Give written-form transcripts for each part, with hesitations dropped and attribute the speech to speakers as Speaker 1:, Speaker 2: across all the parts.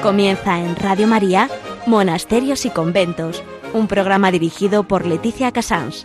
Speaker 1: Comienza en Radio María, Monasterios y Conventos, un programa dirigido por Leticia Casans.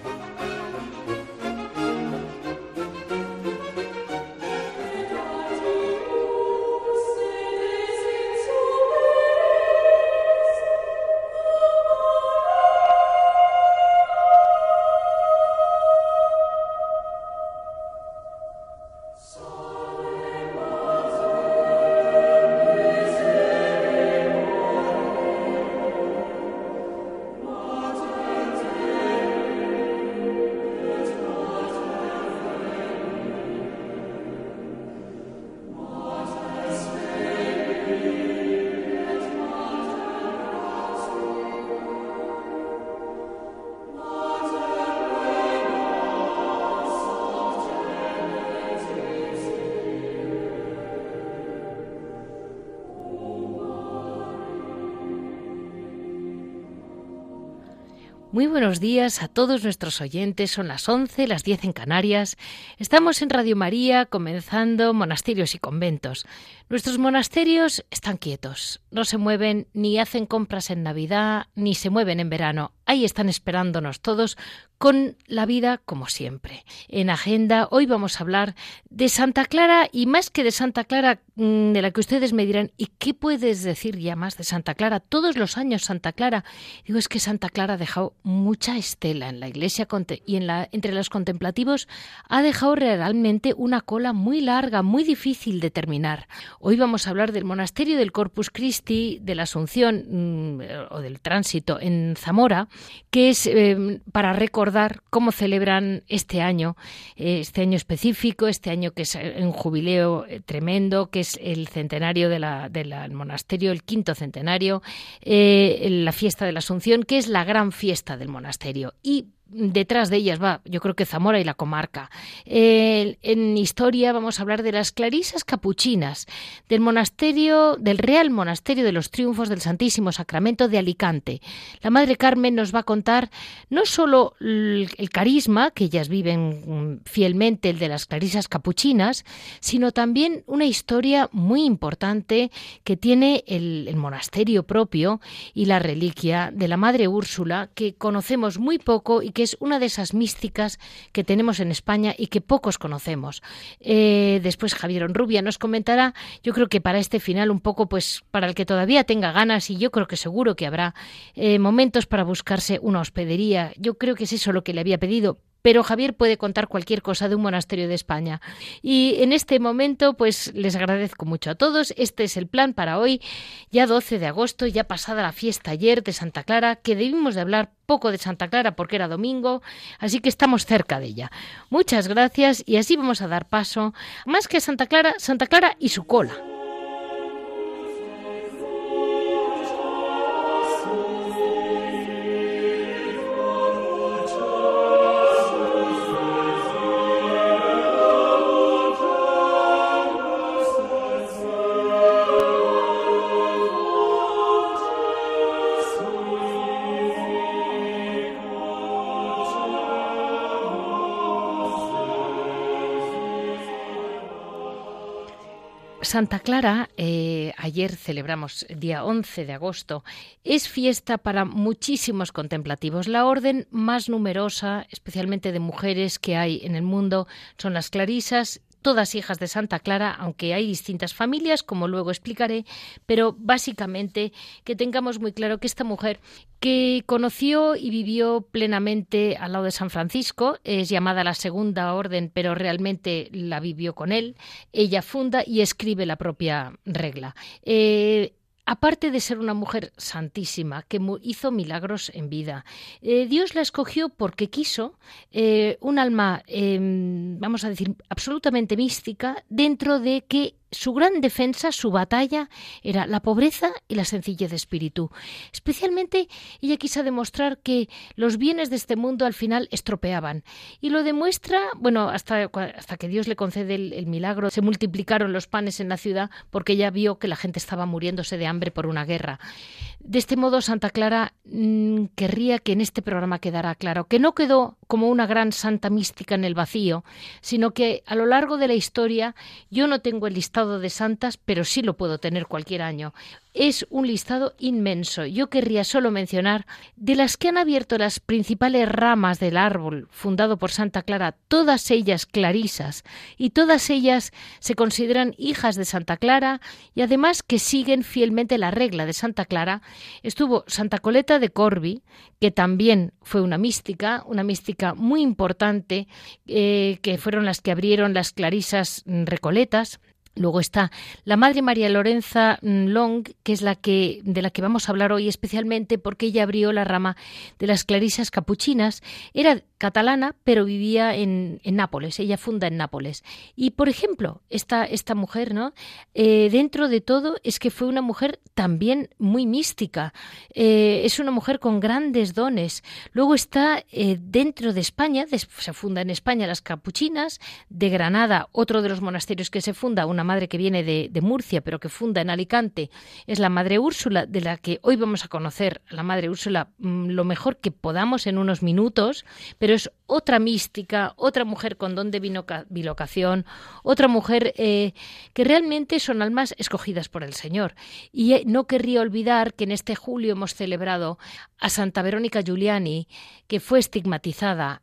Speaker 2: Muy buenos días a todos nuestros oyentes, son las 11, las 10 en Canarias. Estamos en Radio María comenzando Monasterios y Conventos. Nuestros monasterios están quietos, no se mueven ni hacen compras en Navidad, ni se mueven en verano. Ahí están esperándonos todos con la vida como siempre. En agenda hoy vamos a hablar de Santa Clara y más que de Santa Clara, de la que ustedes me dirán, ¿y qué puedes decir ya más de Santa Clara? Todos los años Santa Clara. Digo, es que Santa Clara ha dejado mucha estela en la Iglesia y entre los contemplativos ha dejado realmente una cola muy larga, muy difícil de terminar. Hoy vamos a hablar del monasterio del Corpus Christi, de la Asunción o del Tránsito en Zamora, que es para recordar cómo celebran este año específico, este año que es un jubileo tremendo, que es el centenario del monasterio, el 5º centenario, la fiesta de la Asunción, que es la gran fiesta del monasterio. Y detrás de ellas va, yo creo que Zamora y la comarca. En historia vamos a hablar de las clarisas capuchinas, del Real Monasterio de los Triunfos del Santísimo Sacramento de Alicante. La Madre Carmen nos va a contar no solo el carisma, que ellas viven fielmente, el de las clarisas capuchinas, sino también una historia muy importante que tiene el monasterio propio y la reliquia de la Madre Úrsula, que conocemos muy poco y que es una de esas místicas que tenemos en España y que pocos conocemos. Después Javier Onrubia nos comentará, yo creo que para este final un poco, pues para el que todavía tenga ganas, y yo creo que seguro que habrá momentos para buscarse una hospedería. Yo creo que es eso lo que le había pedido, pero Javier puede contar cualquier cosa de un monasterio de España. Y en este momento, pues les agradezco mucho a todos. Este es el plan para hoy, ya 12 de agosto, ya pasada la fiesta ayer de Santa Clara, que debimos de hablar poco de Santa Clara porque era domingo, así que estamos cerca de ella. Muchas gracias y así vamos a dar paso, más que a Santa Clara y su cola. Santa Clara, ayer celebramos día 11 de agosto, es fiesta para muchísimos contemplativos. La orden más numerosa, especialmente de mujeres que hay en el mundo, son las clarisas, todas hijas de Santa Clara, aunque hay distintas familias, como luego explicaré, pero básicamente que tengamos muy claro que esta mujer que conoció y vivió plenamente al lado de San Francisco, es llamada la Segunda Orden, pero realmente la vivió con él. Ella funda y escribe la propia regla. Aparte de ser una mujer santísima, que hizo milagros en vida, Dios la escogió porque quiso un alma, vamos a decir, absolutamente mística, dentro de que su gran defensa, su batalla, era la pobreza y la sencillez de espíritu. Especialmente, ella quiso demostrar que los bienes de este mundo al final estropeaban. Y lo demuestra, bueno, hasta que Dios le concede el milagro, se multiplicaron los panes en la ciudad porque ella vio que la gente estaba muriéndose de hambre por una guerra. De este modo, Santa Clara querría que en este programa quedara claro que no quedó como una gran santa mística en el vacío, sino que a lo largo de la historia, yo no tengo el listado listado de santas, pero sí lo puedo tener cualquier año. Es un listado inmenso. Yo querría solo mencionar de las que han abierto las principales ramas del árbol fundado por Santa Clara, todas ellas clarisas, y todas ellas se consideran hijas de Santa Clara y además que siguen fielmente la regla de Santa Clara. Estuvo Santa Coleta de Corbie, que también fue una mística muy importante, que fueron las que abrieron las clarisas recoletas. Luego está la Madre María Lorenza Long, que es de la que vamos a hablar hoy especialmente porque ella abrió la rama de las clarisas capuchinas. Era catalana, pero vivía en Nápoles. Ella funda en Nápoles. Y, por ejemplo, esta mujer, ¿no? Dentro de todo, es que fue una mujer también muy mística. Es una mujer con grandes dones. Luego está dentro de España, se funda en España las capuchinas. De Granada, otro de los monasterios que se funda, una madre que viene de Murcia, pero que funda en Alicante, es la Madre Úrsula, de la que hoy vamos a conocer, la Madre Úrsula, lo mejor que podamos en unos minutos, pero es otra mística, otra mujer con don de bilocación, otra mujer que realmente son almas escogidas por el Señor. Y no querría olvidar que en este julio hemos celebrado a Santa Verónica Giuliani, que fue estigmatizada.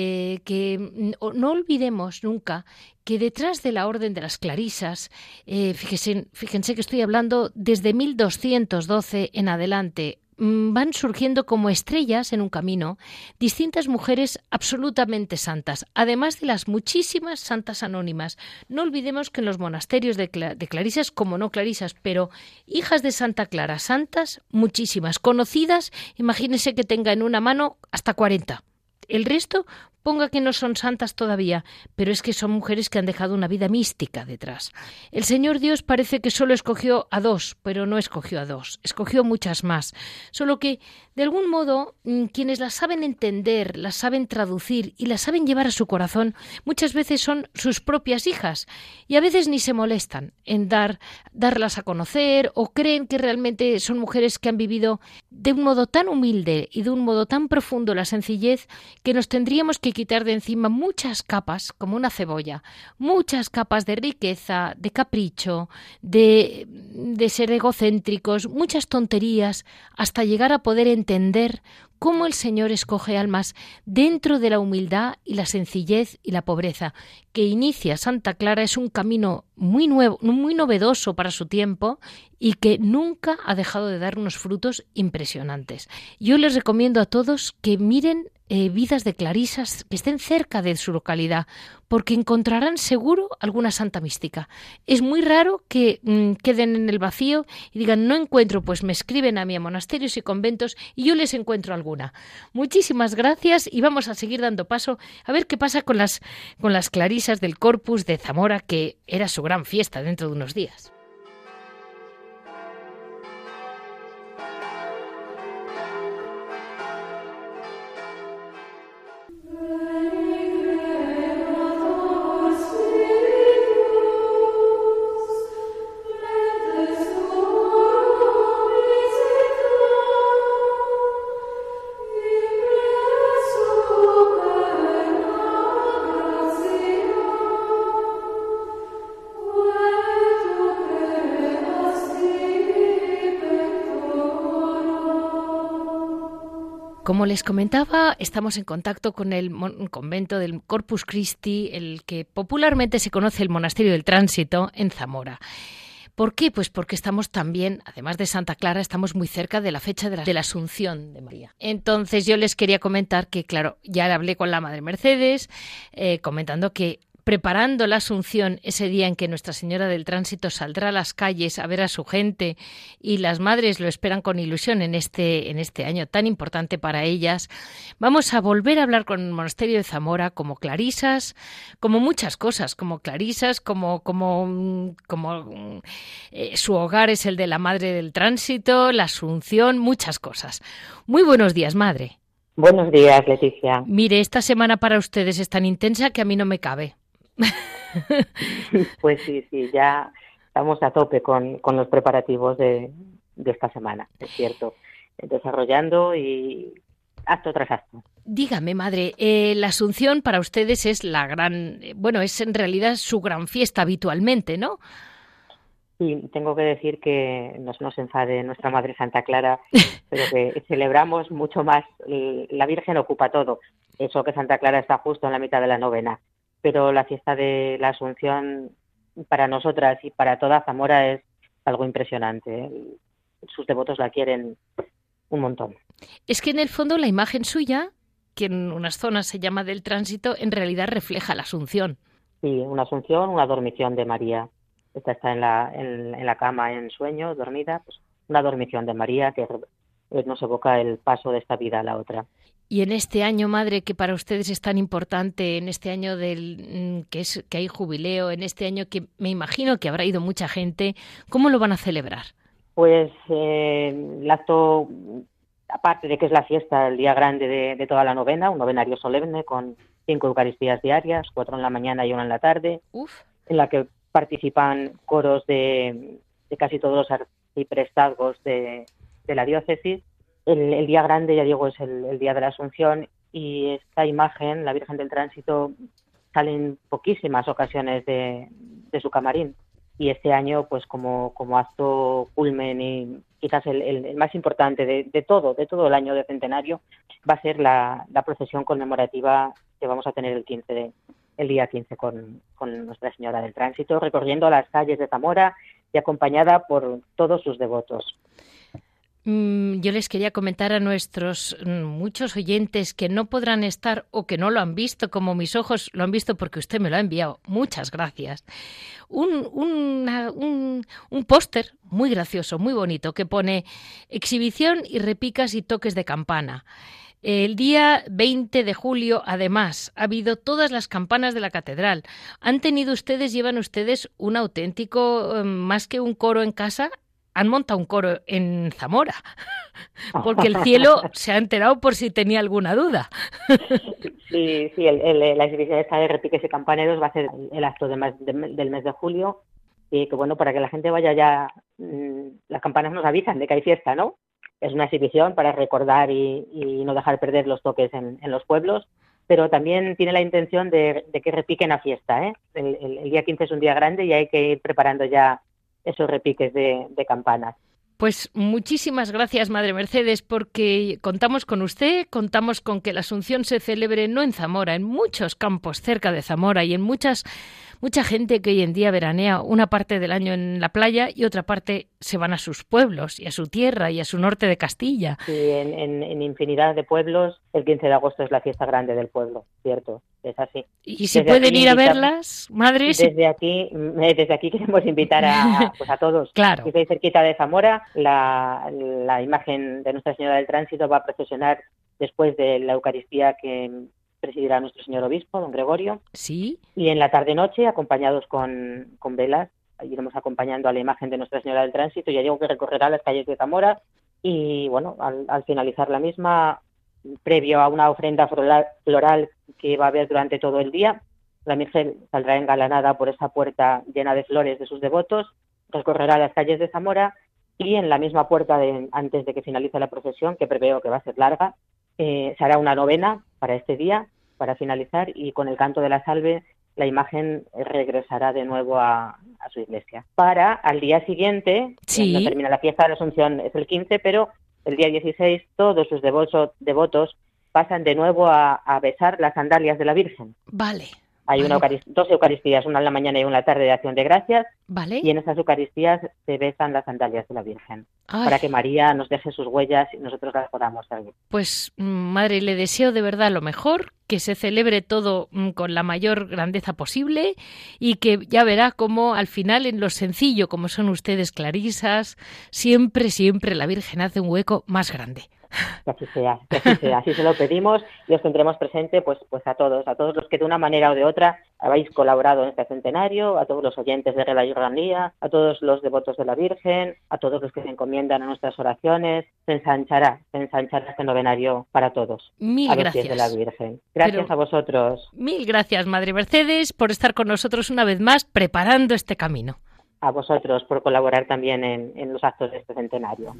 Speaker 2: Que no olvidemos nunca que detrás de la Orden de las Clarisas, fíjense que estoy hablando desde 1212 en adelante, van surgiendo como estrellas en un camino distintas mujeres absolutamente santas, además de las muchísimas santas anónimas. No olvidemos que en los monasterios de clarisas, como no clarisas, pero hijas de Santa Clara, santas, muchísimas, conocidas, imagínense que tenga en una mano hasta 40. El resto, ponga que no son santas todavía, pero es que son mujeres que han dejado una vida mística detrás. El Señor Dios parece que solo escogió a 2, pero no escogió a 2, escogió muchas más. Solo que, de algún modo, quienes las saben entender, las saben traducir y las saben llevar a su corazón, muchas veces son sus propias hijas y a veces ni se molestan en darlas a conocer o creen que realmente son mujeres que han vivido de un modo tan humilde y de un modo tan profundo la sencillez que nos tendríamos que quitar de encima muchas capas, como una cebolla, muchas capas de riqueza, de capricho, de ser egocéntricos, muchas tonterías, hasta llegar a poder entender cómo el Señor escoge almas dentro de la humildad y la sencillez y la pobreza que inicia Santa Clara. Es un camino muy nuevo, muy novedoso para su tiempo y que nunca ha dejado de dar unos frutos impresionantes. Yo les recomiendo a todos que miren vidas de clarisas, que estén cerca de su localidad, porque encontrarán seguro alguna santa mística. Es muy raro que queden en el vacío y digan no encuentro, pues me escriben a mí a monasterios y conventos y yo les encuentro alguna. Muchísimas gracias y vamos a seguir dando paso a ver qué pasa con las clarisas del Corpus de Zamora, que era su gran fiesta dentro de unos días. Como les comentaba, estamos en contacto con el convento del Corpus Christi, el que popularmente se conoce el Monasterio del Tránsito en Zamora. ¿Por qué? Pues porque estamos también, además de Santa Clara, estamos muy cerca de la fecha de la Asunción de María. Entonces yo les quería comentar que, claro, ya hablé con la Madre Mercedes, comentando que preparando la Asunción, ese día en que Nuestra Señora del Tránsito saldrá a las calles a ver a su gente y las madres lo esperan con ilusión en este año tan importante para ellas, vamos a volver a hablar con el Monasterio de Zamora como clarisas, como muchas cosas, como clarisas, como su hogar es el de la Madre del Tránsito, la Asunción, muchas cosas. Muy buenos días, Madre.
Speaker 3: Buenos días, Leticia.
Speaker 2: Mire, esta semana para ustedes es tan intensa que a mí no me cabe.
Speaker 3: Pues sí, ya estamos a tope con los preparativos de esta semana, es cierto, desarrollando y acto tras acto.
Speaker 2: Dígame, Madre, la Asunción para ustedes es es en realidad su gran fiesta habitualmente, ¿no?
Speaker 3: Sí, tengo que decir que no se nos enfade nuestra Madre Santa Clara, pero que celebramos mucho más. La Virgen ocupa todo. Eso que Santa Clara está justo en la mitad de la novena. Pero la fiesta de la Asunción, para nosotras y para toda Zamora, es algo impresionante. Sus devotos la quieren un montón.
Speaker 2: Es que en el fondo la imagen suya, que en unas zonas se llama del Tránsito, en realidad refleja la Asunción.
Speaker 3: Sí, una Asunción, una dormición de María. Esta está en la cama en sueño, dormida, pues una dormición de María que nos evoca el paso de esta vida a la otra.
Speaker 2: Y en este año, madre, que para ustedes es tan importante, en este año que hay jubileo, en este año que me imagino que habrá ido mucha gente, ¿cómo lo van a celebrar?
Speaker 3: Pues el acto, aparte de que es la fiesta, el día grande de toda la novena, un novenario solemne con 5 Eucaristías diarias, 4 en la mañana y 1 en la tarde, en la que participan coros de casi todos los arciprestazgos de la diócesis. El día grande, ya digo, es el día de la Asunción, y esta imagen, la Virgen del Tránsito, sale en poquísimas ocasiones de su camarín. Y este año, pues como acto culmen y quizás el más importante de todo el año de centenario, va a ser la procesión conmemorativa que vamos a tener el día 15 con Nuestra Señora del Tránsito, recorriendo las calles de Zamora y acompañada por todos sus devotos.
Speaker 2: Yo les quería comentar a nuestros muchos oyentes que no podrán estar o que no lo han visto, como mis ojos lo han visto porque usted me lo ha enviado. Muchas gracias. Un póster muy gracioso, muy bonito, que pone exhibición y repicas y toques de campana. El día 20 de julio, además, ha habido todas las campanas de la catedral. Llevan ustedes un auténtico, más que un coro en casa, han montado un coro en Zamora, porque el cielo se ha enterado por si tenía alguna duda.
Speaker 3: Sí, la exhibición esta de repiques y campaneros va a ser el acto del mes de julio, y que bueno, para que la gente vaya ya, las campanas nos avisan de que hay fiesta, ¿no? Es una exhibición para recordar y no dejar perder los toques en los pueblos, pero también tiene la intención de que repiquen a fiesta, ¿eh? El día 15 es un día grande y hay que ir preparando ya esos repiques de campanas.
Speaker 2: Pues muchísimas gracias, Madre Mercedes, porque contamos con usted, contamos con que la Asunción se celebre no en Zamora, en muchos campos cerca de Zamora y en mucha gente que hoy en día veranea una parte del año en la playa y otra parte se van a sus pueblos y a su tierra y a su norte de Castilla.
Speaker 3: Sí, en infinidad de pueblos el 15 de agosto es la fiesta grande del pueblo, cierto, es así.
Speaker 2: Y si pueden ir a verlas, Madre...
Speaker 3: Desde aquí queremos invitar a todos.
Speaker 2: Claro.
Speaker 3: Que estáis cerquita de Zamora, la imagen de Nuestra Señora del Tránsito va a procesionar después de la Eucaristía que presidirá nuestro señor obispo, don Gregorio.
Speaker 2: Sí.
Speaker 3: Y en la tarde-noche, acompañados con velas, iremos acompañando a la imagen de Nuestra Señora del Tránsito. Ya digo que recorrerá las calles de Zamora y, bueno, al finalizar la misma, previo a una ofrenda floral que va a haber durante todo el día, la Virgen saldrá engalanada por esa puerta llena de flores de sus devotos, recorrerá las calles de Zamora y en la misma puerta, antes de que finalice la procesión, que preveo que va a ser larga, se hará una novena para este día, para finalizar, y con el canto de la salve la imagen regresará de nuevo a su iglesia. Para al día siguiente,
Speaker 2: sí,
Speaker 3: no termina la fiesta de la Asunción, es el 15, pero el día 16 todos sus devotos pasan de nuevo a besar las sandalias de la Virgen.
Speaker 2: Vale.
Speaker 3: Hay dos Eucaristías, una en la mañana y una en la tarde de Acción de Gracias,
Speaker 2: vale.
Speaker 3: Y en esas Eucaristías se besan las sandalias de la Virgen.
Speaker 2: Ay.
Speaker 3: Para que María nos deje sus huellas y nosotros las podamos seguir.
Speaker 2: Pues, Madre, le deseo de verdad lo mejor, que se celebre todo con la mayor grandeza posible y que ya verá cómo al final, en lo sencillo, como son ustedes clarisas, siempre la Virgen hace un hueco más grande.
Speaker 3: Que así sea, así se lo pedimos y os tendremos presente pues a todos los que de una manera o de otra habéis colaborado en este centenario, a todos los oyentes de Radio Jordanía, a todos los devotos de la Virgen, a todos los que se encomiendan a nuestras oraciones. Se ensanchará este novenario para todos.
Speaker 2: Mil
Speaker 3: a los
Speaker 2: gracias.
Speaker 3: pies de la Virgen. Gracias a vosotros.
Speaker 2: Mil gracias, Madre Mercedes, por estar con nosotros una vez más preparando este camino.
Speaker 3: A vosotros por colaborar también en los actos de este centenario.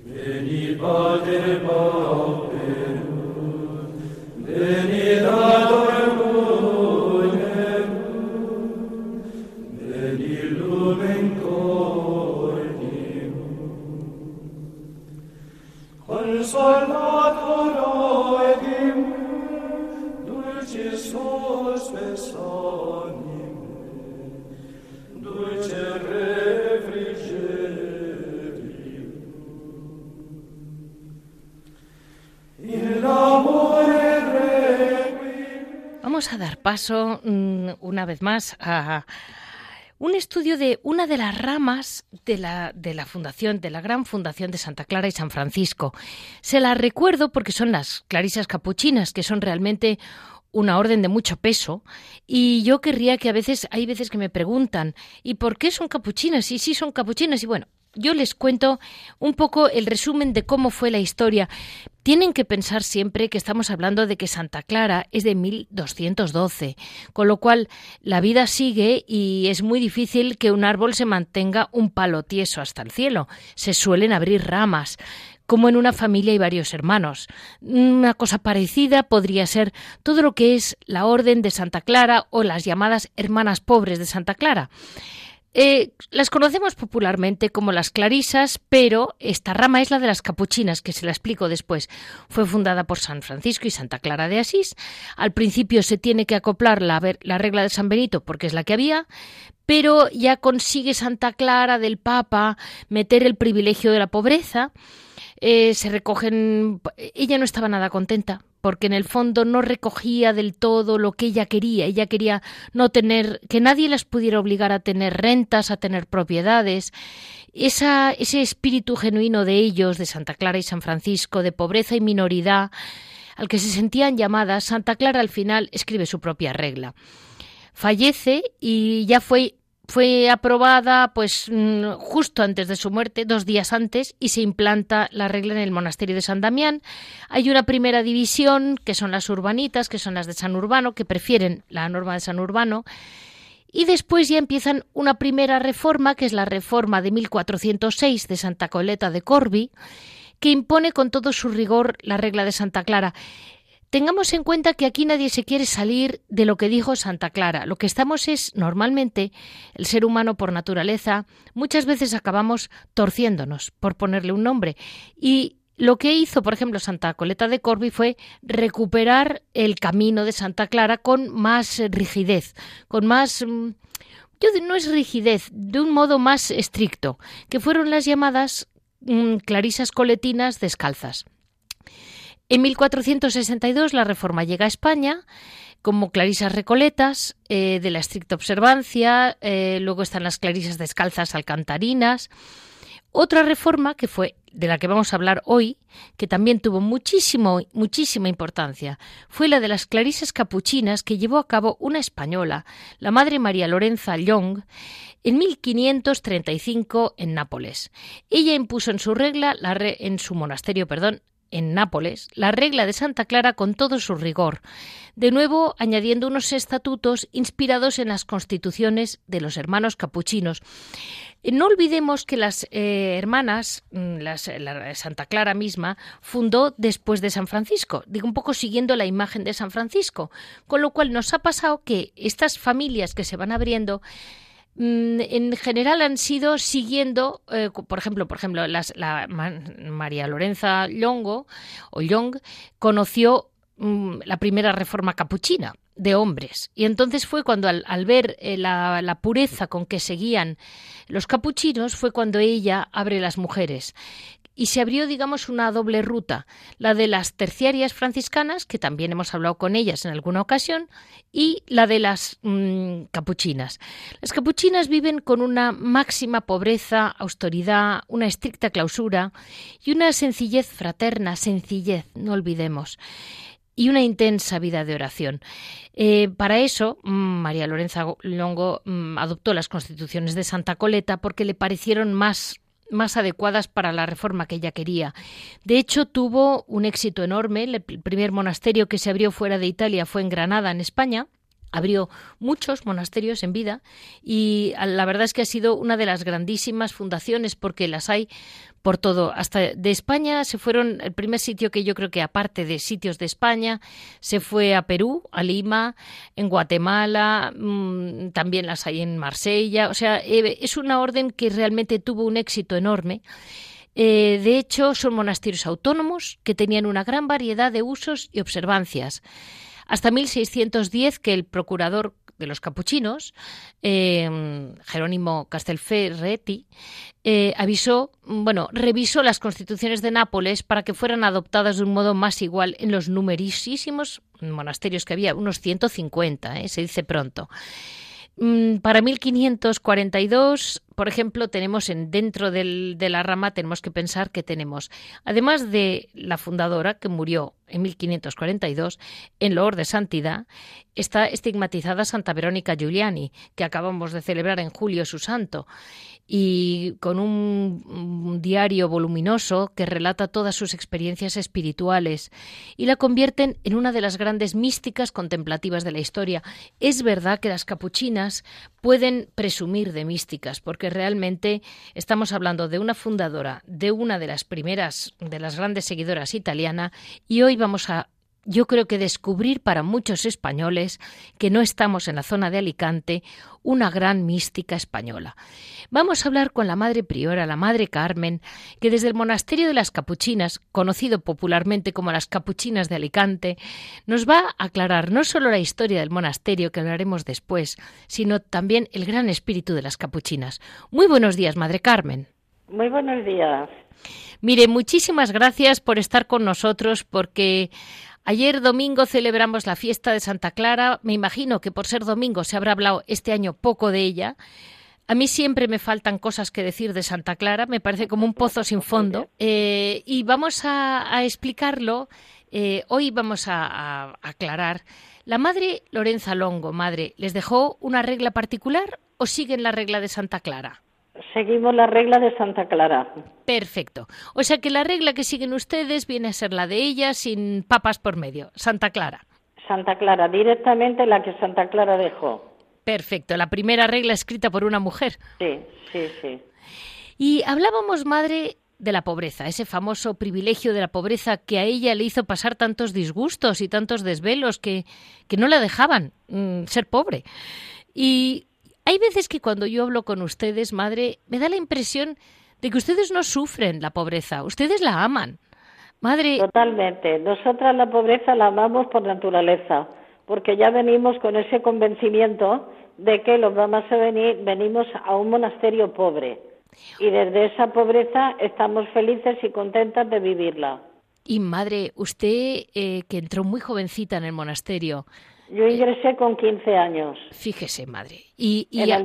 Speaker 2: vamos a dar paso una vez más a un estudio de una de las ramas de la fundación, de la gran fundación de Santa Clara y San Francisco. Se las recuerdo porque son las clarisas capuchinas, que son realmente una orden de mucho peso, y yo querría que hay veces que me preguntan, ¿y por qué son capuchinas? Y sí son capuchinas, y bueno, yo les cuento un poco el resumen de cómo fue la historia. Tienen que pensar siempre que estamos hablando de que Santa Clara es de 1212, con lo cual la vida sigue y es muy difícil que un árbol se mantenga un palo tieso hasta el cielo. Se suelen abrir ramas, como en una familia hay varios hermanos. Una cosa parecida podría ser todo lo que es la Orden de Santa Clara o las llamadas Hermanas Pobres de Santa Clara. Las conocemos popularmente como las clarisas, pero esta rama es la de las capuchinas, que se la explico después. Fue fundada por San Francisco y Santa Clara de Asís. Al principio se tiene que acoplar la regla de San Benito porque es la que había, pero ya consigue Santa Clara del Papa meter el privilegio de la pobreza. Ella no estaba nada contenta, porque en el fondo no recogía del todo lo que ella quería. Ella quería no tener, que nadie las pudiera obligar a tener rentas, a tener propiedades. Ese espíritu genuino de ellos, de Santa Clara y San Francisco, de pobreza y minoridad, al que se sentían llamadas, Santa Clara al final escribe su propia regla. Fallece y ya fue aprobada pues justo antes de su muerte, 2 días antes, y se implanta la regla en el monasterio de San Damián. Hay una primera división, que son las urbanitas, que son las de San Urbano, que prefieren la norma de San Urbano, y después ya empiezan una primera reforma, que es la reforma de 1406 de Santa Coleta de Corbie, que impone con todo su rigor la regla de Santa Clara. Tengamos en cuenta que aquí nadie se quiere salir de lo que dijo Santa Clara. Lo que estamos es, normalmente, el ser humano por naturaleza, muchas veces acabamos torciéndonos, por ponerle un nombre. Y lo que hizo, por ejemplo, Santa Coleta de Corbie fue recuperar el camino de Santa Clara con más rigidez, con más... no es rigidez, de un modo más estricto, que fueron las llamadas clarisas coletinas descalzas. En 1462 la reforma llega a España como clarisas recoletas de la estricta observancia, luego están las clarisas descalzas alcantarinas. Otra reforma que fue de la que vamos a hablar hoy, que también tuvo muchísima importancia, fue la de las clarisas capuchinas que llevó a cabo una española, la Madre María Lorenza Llong, en 1535 en Nápoles. Ella impuso en su monasterio, en Nápoles, la regla de Santa Clara con todo su rigor, de nuevo añadiendo unos estatutos inspirados en las constituciones de los hermanos capuchinos. No olvidemos que las hermanas, la Santa Clara misma, fundó después de San Francisco, digo un poco siguiendo la imagen de San Francisco, con lo cual nos ha pasado que estas familias que se van abriendo en general han sido siguiendo, por ejemplo, la María Lorenza Llong conoció la primera reforma capuchina de hombres, y entonces fue cuando al ver la pureza con que seguían los capuchinos, fue cuando ella abre las mujeres. Y se abrió, digamos, una doble ruta, la de las terciarias franciscanas, que también hemos hablado con ellas en alguna ocasión, y la de las capuchinas. Las capuchinas viven con una máxima pobreza, austeridad, una estricta clausura y una sencillez fraterna, no olvidemos, y una intensa vida de oración. Para eso, María Lorenza Longo adoptó las constituciones de Santa Coleta porque le parecieron más adecuadas para la reforma que ella quería. De hecho, tuvo un éxito enorme. El primer monasterio que se abrió fuera de Italia fue en Granada, en España. Abrió muchos monasterios en vida y la verdad es que ha sido una de las grandísimas fundaciones, porque las hay por todo. Hasta de España se fueron, el primer sitio que yo creo que aparte de sitios de España, se fue a Perú, a Lima, en Guatemala, también las hay en Marsella. O sea, es una orden que realmente tuvo un éxito enorme. De hecho, son monasterios autónomos que tenían una gran variedad de usos y observancias. Hasta 1610, que el procurador de los capuchinos, Jerónimo Castelferretti, revisó las constituciones de Nápoles para que fueran adoptadas de un modo más igual en los numerosísimos monasterios que había, unos 150, se dice pronto. Para 1542, por ejemplo, tenemos dentro de la rama, tenemos que pensar que tenemos, además de la fundadora, que murió en 1542, en loor de santidad, está estigmatizada Santa Verónica Giuliani, que acabamos de celebrar en julio su santo, y con un diario voluminoso que relata todas sus experiencias espirituales y la convierten en una de las grandes místicas contemplativas de la historia. Es verdad que las capuchinas pueden presumir de místicas, porque realmente estamos hablando de una fundadora, de una de las primeras, de las grandes seguidoras italiana, y hoy vamos a, yo creo que descubrir para muchos españoles que no estamos en la zona de Alicante, una gran mística española. Vamos a hablar con la Madre Priora, la Madre Carmen, que desde el Monasterio de las Capuchinas, conocido popularmente como las Capuchinas de Alicante, nos va a aclarar no solo la historia del monasterio, que hablaremos después, sino también el gran espíritu de las Capuchinas. Muy buenos días, Madre Carmen.
Speaker 4: Muy buenos días.
Speaker 2: Mire, muchísimas gracias por estar con nosotros, porque ayer domingo celebramos la fiesta de Santa Clara. Me imagino que por ser domingo se habrá hablado este año poco de ella. A mí siempre me faltan cosas que decir de Santa Clara, me parece como un pozo sin fondo. Y vamos a explicarlo. Hoy vamos a aclarar. La Madre Lorenza Longo, Madre, ¿les dejó una regla particular o siguen la regla de Santa Clara?
Speaker 4: Seguimos la regla de Santa Clara.
Speaker 2: Perfecto. O sea que la regla que siguen ustedes viene a ser la de ella, sin papas por medio. Santa Clara.
Speaker 4: Santa Clara, directamente la que Santa Clara dejó.
Speaker 2: Perfecto. La primera regla escrita por una mujer.
Speaker 4: Sí, sí, sí.
Speaker 2: Y hablábamos, Madre, de la pobreza, ese famoso privilegio de la pobreza que a ella le hizo pasar tantos disgustos y tantos desvelos que no la dejaban ser pobre. Y hay veces que cuando yo hablo con ustedes, Madre, me da la impresión de que ustedes no sufren la pobreza, ustedes la aman. Madre.
Speaker 4: Totalmente. Nosotras la pobreza la amamos por naturaleza, porque ya venimos con ese convencimiento de que venimos a un monasterio pobre. Y desde esa pobreza estamos felices y contentas de vivirla.
Speaker 2: Y Madre, usted que entró muy jovencita en el monasterio.
Speaker 4: Yo ingresé con 15 años.
Speaker 2: Fíjese, Madre.
Speaker 4: En el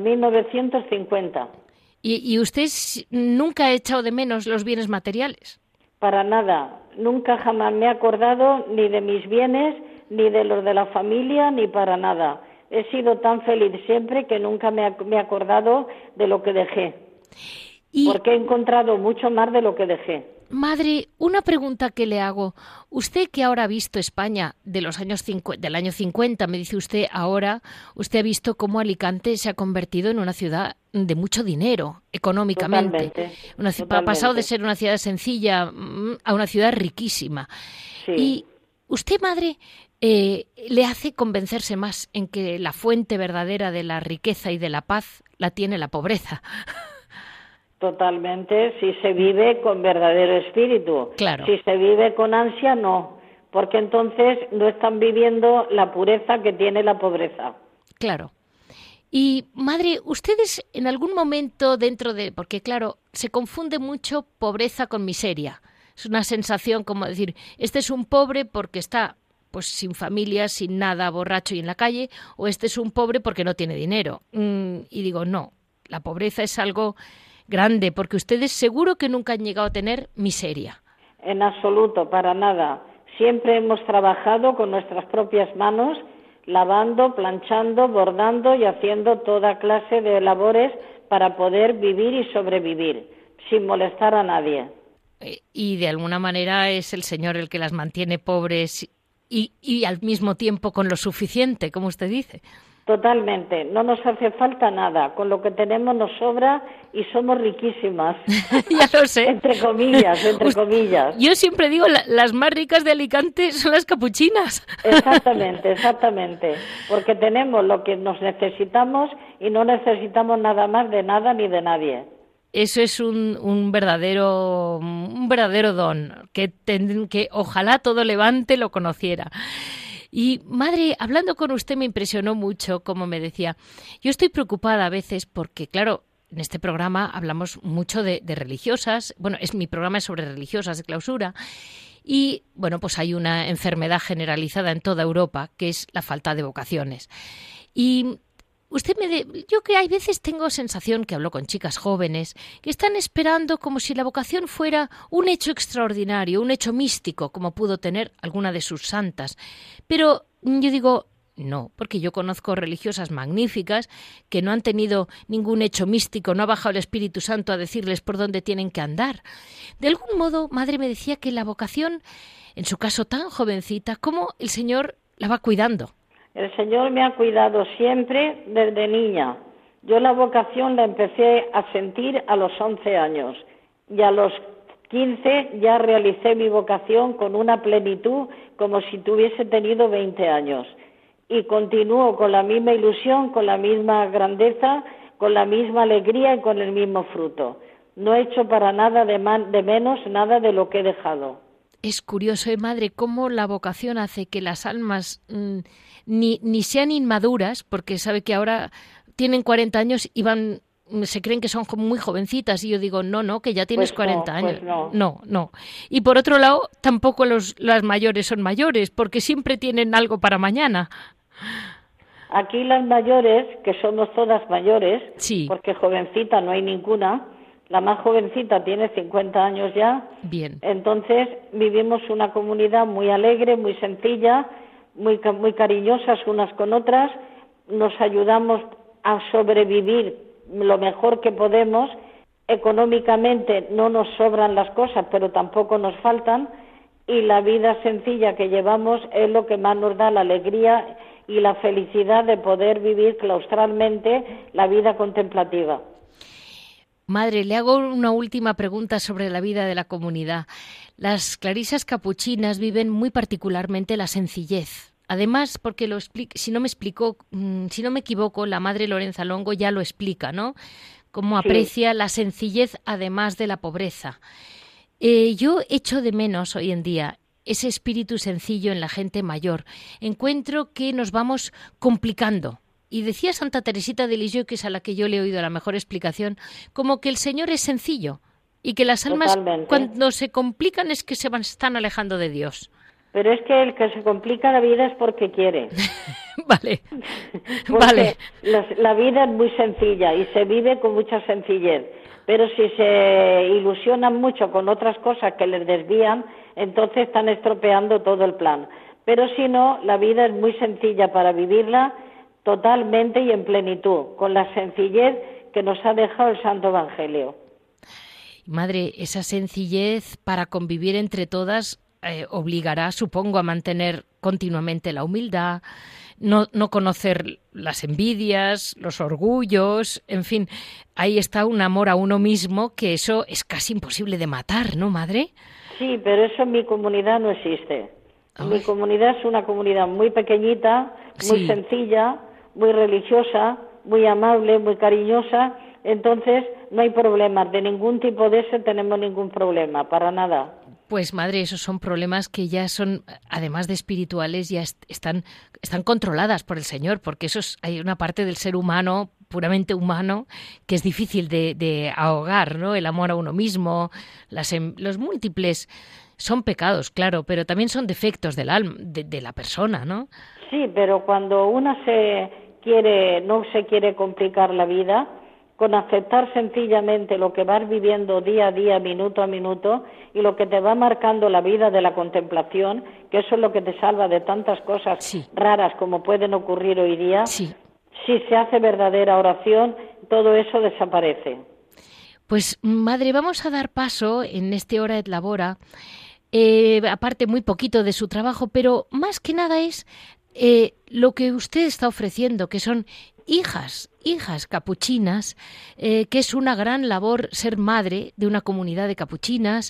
Speaker 4: 1950.
Speaker 2: ¿Y usted nunca ha echado de menos los bienes materiales?
Speaker 4: Para nada. Nunca jamás me he acordado ni de mis bienes, ni de los de la familia, ni para nada. He sido tan feliz siempre que nunca me he acordado de lo que dejé. Porque he encontrado mucho más de lo que dejé.
Speaker 2: Madre, una pregunta que le hago. Usted que ahora ha visto España del año 50, me dice usted ahora, usted ha visto cómo Alicante se ha convertido en una ciudad de mucho dinero, económicamente.
Speaker 4: Totalmente.
Speaker 2: Ha pasado de ser una ciudad sencilla a una ciudad riquísima.
Speaker 4: Sí.
Speaker 2: Y usted, Madre, le hace convencerse más en que la fuente verdadera de la riqueza y de la paz la tiene la pobreza.
Speaker 4: Totalmente, si se vive con verdadero espíritu.
Speaker 2: Claro.
Speaker 4: Si se vive con ansia, no, porque entonces no están viviendo la pureza que tiene la pobreza.
Speaker 2: Claro. Y, Madre, ustedes en algún momento porque claro, se confunde mucho pobreza con miseria. Es una sensación como decir, este es un pobre porque está pues sin familia, sin nada, borracho y en la calle, o este es un pobre porque no tiene dinero. Y digo, no, la pobreza es algo grande, porque ustedes seguro que nunca han llegado a tener miseria.
Speaker 4: En absoluto, para nada. Siempre hemos trabajado con nuestras propias manos, lavando, planchando, bordando y haciendo toda clase de labores para poder vivir y sobrevivir, sin molestar a nadie.
Speaker 2: Y de alguna manera es el Señor el que las mantiene pobres y al mismo tiempo con lo suficiente, como usted dice.
Speaker 4: Totalmente, no nos hace falta nada, con lo que tenemos nos sobra y somos riquísimas.
Speaker 2: Ya lo sé.
Speaker 4: Entre comillas.
Speaker 2: Yo siempre digo, las más ricas de Alicante son las capuchinas.
Speaker 4: Exactamente, porque tenemos lo que nos necesitamos y no necesitamos nada más de nada ni de nadie.
Speaker 2: Eso es un verdadero don, que ojalá todo Levante lo conociera. Y, Madre, hablando con usted me impresionó mucho, como me decía, yo estoy preocupada a veces porque, claro, en este programa hablamos mucho de religiosas, mi programa es sobre religiosas de clausura, Y, bueno, pues hay una enfermedad generalizada en toda Europa, que es la falta de vocaciones. Y yo que hay veces tengo sensación que hablo con chicas jóvenes que están esperando como si la vocación fuera un hecho extraordinario, un hecho místico, como pudo tener alguna de sus santas. Pero yo digo, no, porque yo conozco religiosas magníficas que no han tenido ningún hecho místico, no ha bajado el Espíritu Santo a decirles por dónde tienen que andar. De algún modo, madre me decía que la vocación, en su caso tan jovencita, ¿cómo el Señor la va cuidando?
Speaker 4: El Señor me ha cuidado siempre desde niña. Yo la vocación la empecé a sentir a los 11 años y a los 15 ya realicé mi vocación con una plenitud como si tuviese tenido 20 años. Y continúo con la misma ilusión, con la misma grandeza, con la misma alegría y con el mismo fruto. No he hecho para nada de menos nada de lo que he dejado.
Speaker 2: Es curioso, madre, cómo la vocación hace que las almas ni sean inmaduras, porque sabe que ahora tienen 40 años y se creen que son muy jovencitas, y yo digo, no, que ya tienes 40 años. No. Y por otro lado, tampoco las mayores son mayores, porque siempre tienen algo para mañana.
Speaker 4: Aquí las mayores, que somos todas mayores,
Speaker 2: sí,
Speaker 4: porque jovencita no hay ninguna, la más jovencita tiene 50 años ya.
Speaker 2: Bien.
Speaker 4: Entonces vivimos una comunidad muy alegre, muy sencilla, muy cariñosas unas con otras, nos ayudamos a sobrevivir lo mejor que podemos. Económicamente no nos sobran las cosas, pero tampoco nos faltan, y la vida sencilla que llevamos es lo que más nos da la alegría y la felicidad de poder vivir claustralmente la vida contemplativa.
Speaker 2: Madre, le hago una última pregunta sobre la vida de la comunidad. Las clarisas capuchinas viven muy particularmente la sencillez. Además, porque si no me equivoco, la madre Lorenza Longo ya lo explica, ¿no? Cómo aprecia la sencillez además de la pobreza. Yo echo de menos hoy en día ese espíritu sencillo en la gente mayor. Encuentro que nos vamos complicando. Y decía Santa Teresita de Lisieux, que es a la que yo le he oído la mejor explicación, como que el Señor es sencillo y que las almas
Speaker 4: Totalmente.
Speaker 2: Cuando se complican es que están alejando de Dios.
Speaker 4: Pero es que el que se complica la vida es porque quiere.
Speaker 2: Vale.
Speaker 4: La vida es muy sencilla y se vive con mucha sencillez. Pero si se ilusionan mucho con otras cosas que les desvían, entonces están estropeando todo el plan. Pero si no, la vida es muy sencilla para vivirla totalmente y en plenitud, con la sencillez que nos ha dejado el Santo Evangelio.
Speaker 2: Madre, esa sencillez para convivir entre todas obligará, supongo, a mantener continuamente la humildad, no conocer las envidias, los orgullos, en fin, ahí está un amor a uno mismo que eso es casi imposible de matar, ¿no, madre?
Speaker 4: Sí, pero eso en mi comunidad no existe. Mi comunidad es una comunidad muy pequeñita, muy sencilla, muy religiosa, muy amable, muy cariñosa. Entonces no hay problemas, de ningún tipo de ese tenemos ningún problema, para nada.
Speaker 2: Pues madre, esos son problemas que ya son, además de espirituales, ya están controladas por el Señor, porque hay una parte del ser humano, puramente humano, que es difícil de ahogar, ¿no? El amor a uno mismo, los múltiples son pecados, claro, pero también son defectos del alma, de la persona, ¿no?
Speaker 4: Sí, pero cuando una no se quiere complicar la vida, con aceptar sencillamente lo que vas viviendo día a día, minuto a minuto, y lo que te va marcando la vida de la contemplación, que eso es lo que te salva de tantas cosas raras como pueden ocurrir hoy día, si se hace verdadera oración, todo eso desaparece.
Speaker 2: Pues, madre, vamos a dar paso en este Hora et Labora, aparte muy poquito de su trabajo, pero más que nada es lo que usted está ofreciendo, que son hijas capuchinas, que es una gran labor ser madre de una comunidad de capuchinas,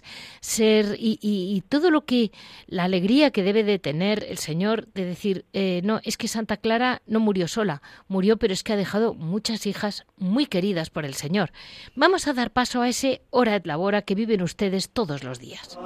Speaker 2: y todo la alegría que debe de tener el Señor de decir, no, es que Santa Clara no murió sola, murió, pero es que ha dejado muchas hijas muy queridas por el Señor. Vamos a dar paso a ese Hora et Labora que viven ustedes todos los días.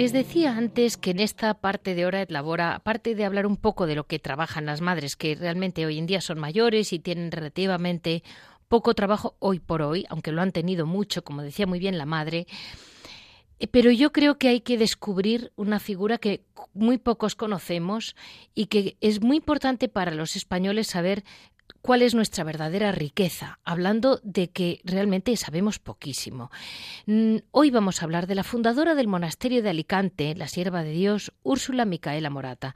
Speaker 2: Les decía antes que en esta parte de Hora et Labora, aparte de hablar un poco de lo que trabajan las madres, que realmente hoy en día son mayores y tienen relativamente poco trabajo hoy por hoy, aunque lo han tenido mucho, como decía muy bien la madre, pero yo creo que hay que descubrir una figura que muy pocos conocemos y que es muy importante para los españoles saber cuál es nuestra verdadera riqueza, hablando de que realmente sabemos poquísimo. Hoy vamos a hablar de la fundadora del monasterio de Alicante, la sierva de Dios, Úrsula Micaela Morata.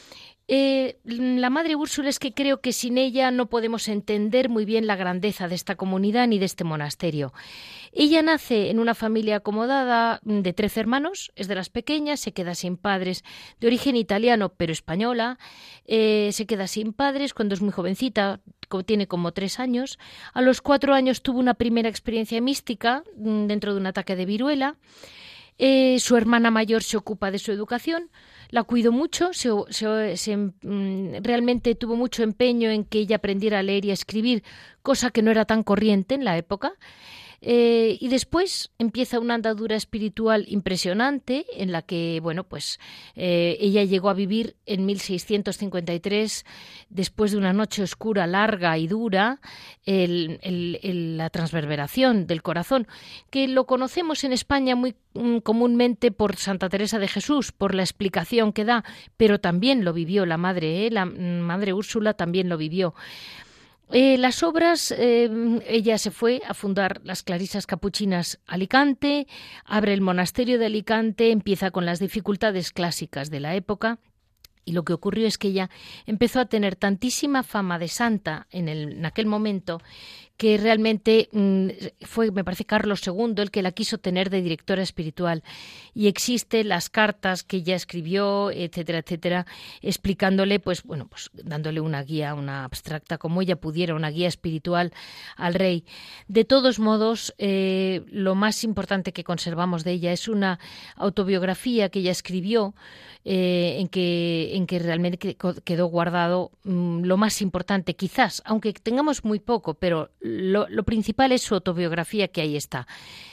Speaker 2: La madre Úrsula es que creo que sin ella no podemos entender muy bien la grandeza de esta comunidad ni de este monasterio. Ella nace en una familia acomodada de 13 hermanos, es de las pequeñas, se queda sin padres, de origen italiano pero española, se queda sin padres cuando es muy jovencita, tiene como 3 años. A los 4 años tuvo una primera experiencia mística dentro de un ataque de viruela. Su hermana mayor se ocupa de su educación, la cuidó mucho, realmente tuvo mucho empeño en que ella aprendiera a leer y a escribir, cosa que no era tan corriente en la época. Y después empieza una andadura espiritual impresionante en la que, ella llegó a vivir en 1653, después de una noche oscura, larga y dura, la transverberación del corazón, que lo conocemos en España muy comúnmente por Santa Teresa de Jesús, por la explicación que da, pero también lo vivió la madre Úrsula también lo vivió. Las obras, ella se fue a fundar las Clarisas Capuchinas Alicante, abre el monasterio de Alicante, empieza con las dificultades clásicas de la época. Y lo que ocurrió es que ella empezó a tener tantísima fama de santa en aquel momento que realmente fue, me parece, Carlos II el que la quiso tener de directora espiritual. Y existen las cartas que ella escribió, etcétera, etcétera, explicándole, dándole una guía, una abstracta, como ella pudiera, una guía espiritual al rey. De todos modos, lo más importante que conservamos de ella es una autobiografía que ella escribió, en que realmente quedó guardado lo más importante, quizás, aunque tengamos muy poco, pero lo principal es su autobiografía, que ahí está.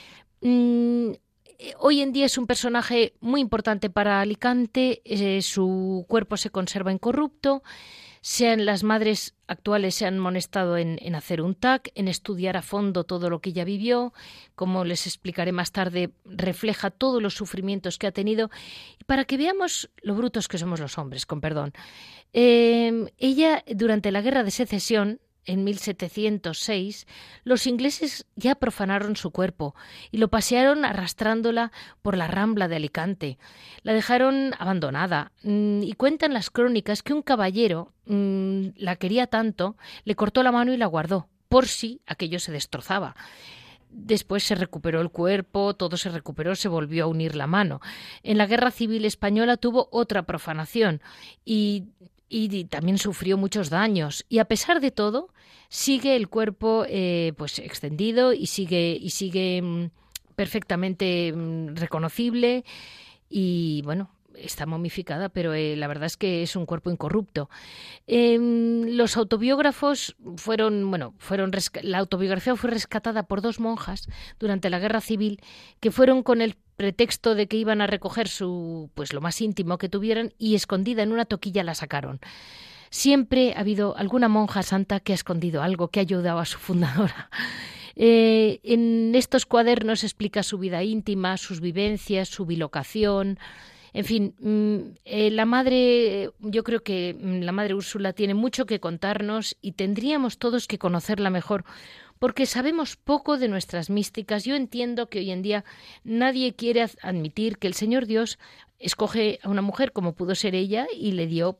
Speaker 2: Hoy en día es un personaje muy importante para Alicante, su cuerpo se conserva incorrupto. Las madres actuales se han amonestado en hacer un TAC, en estudiar a fondo todo lo que ella vivió. Como les explicaré más tarde, refleja todos los sufrimientos que ha tenido, para que veamos lo brutos que somos los hombres, con perdón. Ella, durante la Guerra de Secesión, en 1706, los ingleses ya profanaron su cuerpo y lo pasearon arrastrándola por la Rambla de Alicante. La dejaron abandonada y cuentan las crónicas que un caballero la quería tanto, le cortó la mano y la guardó, por si aquello se destrozaba. Después se recuperó el cuerpo, todo se recuperó, se volvió a unir la mano. En la Guerra Civil Española tuvo otra profanación y también sufrió muchos daños, y a pesar de todo sigue el cuerpo extendido y sigue perfectamente reconocible, y está momificada, pero la verdad es que es un cuerpo incorrupto. Los autobiógrafos la autobiografía fue rescatada por 2 monjas durante la Guerra Civil, que fueron con el pretexto de que iban a recoger lo más íntimo que tuvieran, y escondida en una toquilla la sacaron. Siempre ha habido alguna monja santa que ha escondido algo, que ha ayudado a su fundadora. En estos cuadernos explica su vida íntima, sus vivencias, su bilocación. En fin, yo creo que la madre Úrsula tiene mucho que contarnos y tendríamos todos que conocerla mejor, porque sabemos poco de nuestras místicas. Yo entiendo que hoy en día nadie quiere admitir que el Señor Dios escoge a una mujer como pudo ser ella y le dio,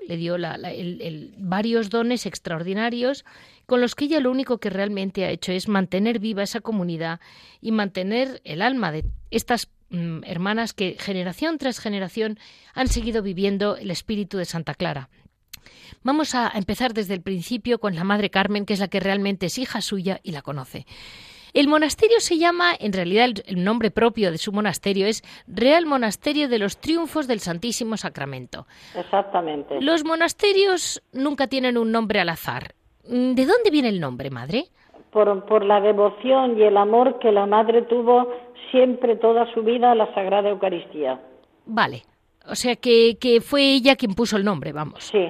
Speaker 2: varios dones extraordinarios, con los que ella lo único que realmente ha hecho es mantener viva esa comunidad y mantener el alma de estas hermanas que generación tras generación han seguido viviendo el espíritu de Santa Clara. Vamos a empezar desde el principio con la Madre Carmen, que es la que realmente es hija suya y la conoce. El monasterio se llama, en realidad el nombre propio de su monasterio es Real Monasterio de los Triunfos del Santísimo Sacramento.
Speaker 4: Exactamente.
Speaker 2: Los monasterios nunca tienen un nombre al azar. ¿De dónde viene el nombre, Madre?
Speaker 4: Por la devoción y el amor que la Madre tuvo siempre toda su vida a la Sagrada Eucaristía.
Speaker 2: Vale. O sea que fue ella quien puso el nombre, vamos.
Speaker 4: Sí.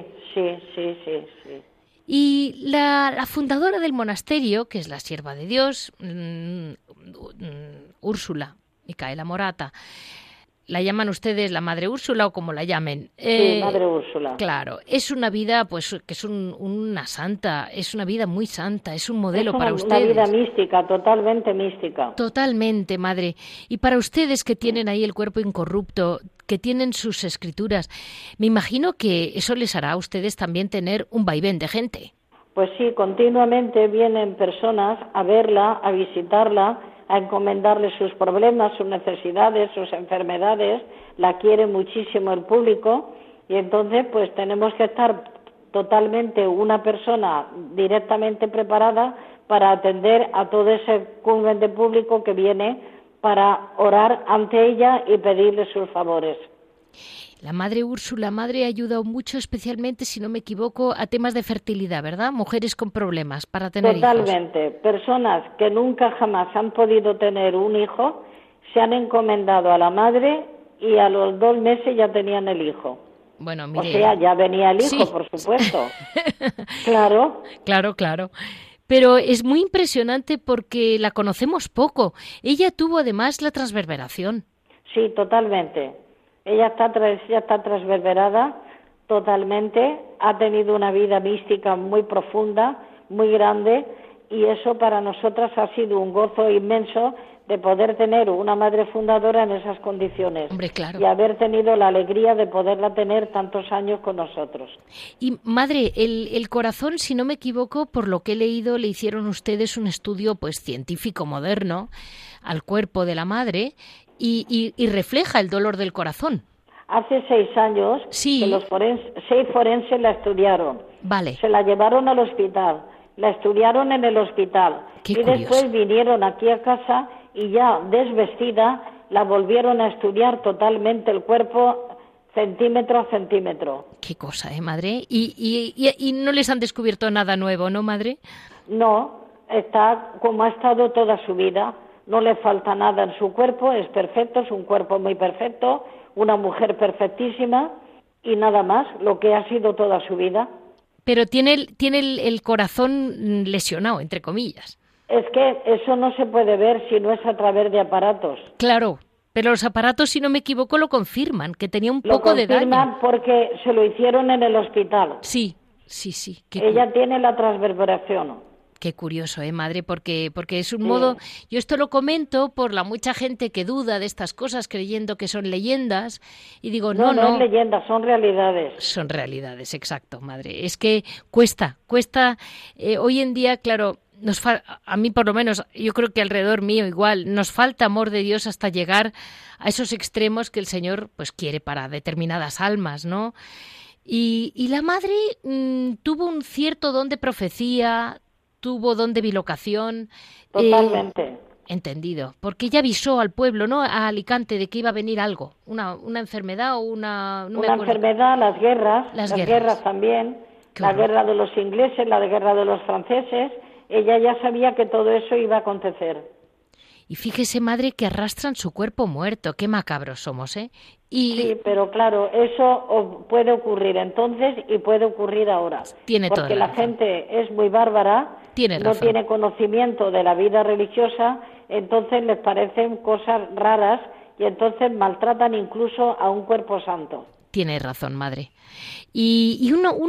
Speaker 2: Y la fundadora del monasterio, que es la sierva de Dios, Úrsula Micaela Morata, la llaman ustedes la Madre Úrsula o como la llamen.
Speaker 4: Sí, Madre Úrsula.
Speaker 2: Claro, es una vida, pues, que es una santa, es una vida muy santa, es un modelo para ustedes.
Speaker 4: Es una vida mística, totalmente mística.
Speaker 2: Totalmente, madre. Y para ustedes que tienen ahí el cuerpo incorrupto, que tienen sus escrituras, me imagino que eso les hará a ustedes también tener un vaivén de gente.
Speaker 4: Pues sí, continuamente vienen personas a verla, a visitarla, a encomendarle sus problemas, sus necesidades, sus enfermedades. La quiere muchísimo el público y entonces pues tenemos que estar totalmente una persona directamente preparada para atender a todo ese cúmulo de público que viene para orar ante ella y pedirle sus favores.
Speaker 2: La Madre Úrsula, madre, ha ayudado mucho, especialmente, si no me equivoco, a temas de fertilidad, ¿verdad? Mujeres con problemas para tener
Speaker 4: Totalmente.
Speaker 2: hijos.
Speaker 4: Personas que nunca jamás han podido tener un hijo, se han encomendado a la madre y a los 2 meses ya tenían el hijo.
Speaker 2: Bueno, mire...
Speaker 4: O sea, ya venía el hijo,
Speaker 2: sí.
Speaker 4: Por supuesto. Claro.
Speaker 2: Claro. Pero es muy impresionante porque la conocemos poco. Ella tuvo además la transverberación.
Speaker 4: Sí, totalmente. Ella está transverberada totalmente, ha tenido una vida mística muy profunda, muy grande, y eso para nosotras ha sido un gozo inmenso de poder tener una madre fundadora en esas condiciones.
Speaker 2: Hombre, claro.
Speaker 4: Y haber tenido la alegría de poderla tener tantos años con nosotros.
Speaker 2: Y, madre, el corazón, si no me equivoco, por lo que he leído, le hicieron ustedes un estudio pues científico moderno al cuerpo de la madre y refleja el dolor del corazón.
Speaker 4: Hace 6 años
Speaker 2: sí.
Speaker 4: que los 6 forenses la estudiaron.
Speaker 2: Vale.
Speaker 4: Se la llevaron al hospital, la estudiaron en el hospital.
Speaker 2: Qué
Speaker 4: y
Speaker 2: curioso.
Speaker 4: Después vinieron aquí a casa y ya desvestida la volvieron a estudiar totalmente el cuerpo centímetro a centímetro.
Speaker 2: Qué cosa, madre. Y no les han descubierto nada nuevo, ¿no, madre?
Speaker 4: No, está como ha estado toda su vida. No le falta nada en su cuerpo, es perfecto, es un cuerpo muy perfecto, una mujer perfectísima y nada más, lo que ha sido toda su vida.
Speaker 2: Pero tiene el corazón lesionado, entre comillas.
Speaker 4: Es que eso no se puede ver si no es a través de aparatos.
Speaker 2: Claro, pero los aparatos, si no me equivoco, lo confirman, que tenía un poco de daño.
Speaker 4: Lo confirman porque se lo hicieron en el hospital.
Speaker 2: Sí.
Speaker 4: Ella tiene la transverberación.
Speaker 2: Qué curioso, madre, porque es un modo... Yo esto lo comento por la mucha gente que duda de estas cosas creyendo que son leyendas y digo, no.
Speaker 4: No es leyenda, son realidades.
Speaker 2: Son realidades, exacto, madre. Es que cuesta. Hoy en día, claro, a mí por lo menos, yo creo que alrededor mío igual, nos falta amor de Dios hasta llegar a esos extremos que el Señor pues quiere para determinadas almas, ¿no? Y la madre tuvo un cierto don de profecía, tuvo don de bilocación.
Speaker 4: Totalmente.
Speaker 2: Entendido. Porque ella avisó al pueblo, ¿no? A Alicante, de que iba a venir algo. Una enfermedad o una... No
Speaker 4: una enfermedad, las guerras también. La guerra de los ingleses, la guerra de los franceses. Ella ya sabía que todo eso iba a acontecer.
Speaker 2: Y fíjese, madre, que arrastran su cuerpo muerto. Qué macabros somos, ¿eh?
Speaker 4: Sí, pero claro, eso puede ocurrir entonces y puede ocurrir ahora.
Speaker 2: Tiene toda
Speaker 4: porque la gente es muy bárbara, no tiene conocimiento de la vida religiosa, entonces les parecen cosas raras y entonces maltratan incluso a un cuerpo santo.
Speaker 2: Tiene razón, madre. Y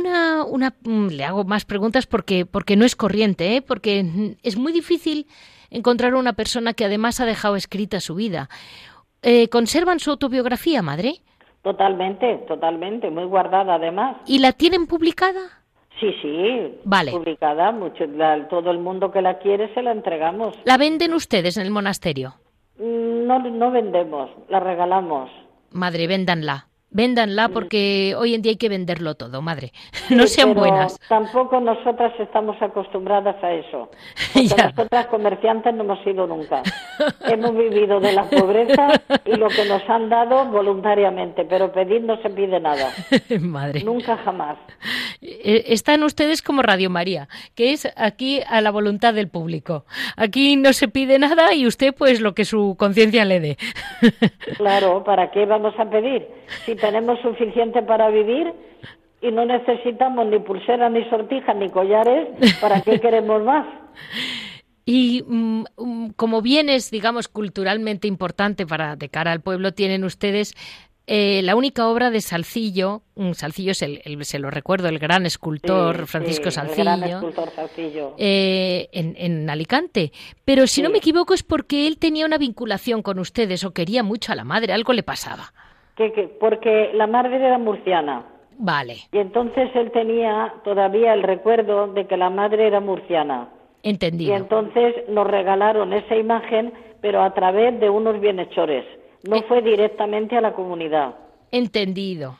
Speaker 2: le hago más preguntas porque no es corriente, porque es muy difícil encontrar una persona que además ha dejado escrita su vida. ¿Conservan su autobiografía, madre?
Speaker 4: Totalmente, muy guardada además.
Speaker 2: ¿Y la tienen publicada?
Speaker 4: Sí,
Speaker 2: vale.
Speaker 4: Publicada, todo el mundo que la quiere se la entregamos.
Speaker 2: ¿La venden ustedes en el monasterio?
Speaker 4: No vendemos, la regalamos.
Speaker 2: Madre, véndanla. Véndanla porque hoy en día hay que venderlo todo, madre. No sean
Speaker 4: pero
Speaker 2: buenas.
Speaker 4: Tampoco nosotras estamos acostumbradas a eso. Porque nosotras comerciantes no hemos sido nunca. Hemos vivido de la pobreza y lo que nos han dado voluntariamente, pero pedir no se pide nada.
Speaker 2: Madre.
Speaker 4: Nunca jamás.
Speaker 2: Están ustedes como Radio María, que es aquí a la voluntad del público. Aquí no se pide nada y usted pues lo que su conciencia le dé.
Speaker 4: Claro, ¿para qué vamos a pedir? Si tenemos suficiente para vivir y no necesitamos ni pulseras, ni sortijas, ni collares, ¿para qué queremos más?
Speaker 2: Y como bienes, digamos, culturalmente importante de cara al pueblo, tienen ustedes la única obra de Salzillo. Salzillo es se lo recuerdo, el gran escultor Francisco Salzillo.
Speaker 4: El gran escultor Salzillo.
Speaker 2: En Alicante. Pero si no me equivoco es porque él tenía una vinculación con ustedes o quería mucho a la madre, algo le pasaba.
Speaker 4: Porque la madre era murciana.
Speaker 2: Vale.
Speaker 4: Y entonces él tenía todavía el recuerdo de que la madre era murciana.
Speaker 2: Entendido.
Speaker 4: Y entonces nos regalaron esa imagen, pero a través de unos bienhechores. No fue directamente a la comunidad.
Speaker 2: Entendido.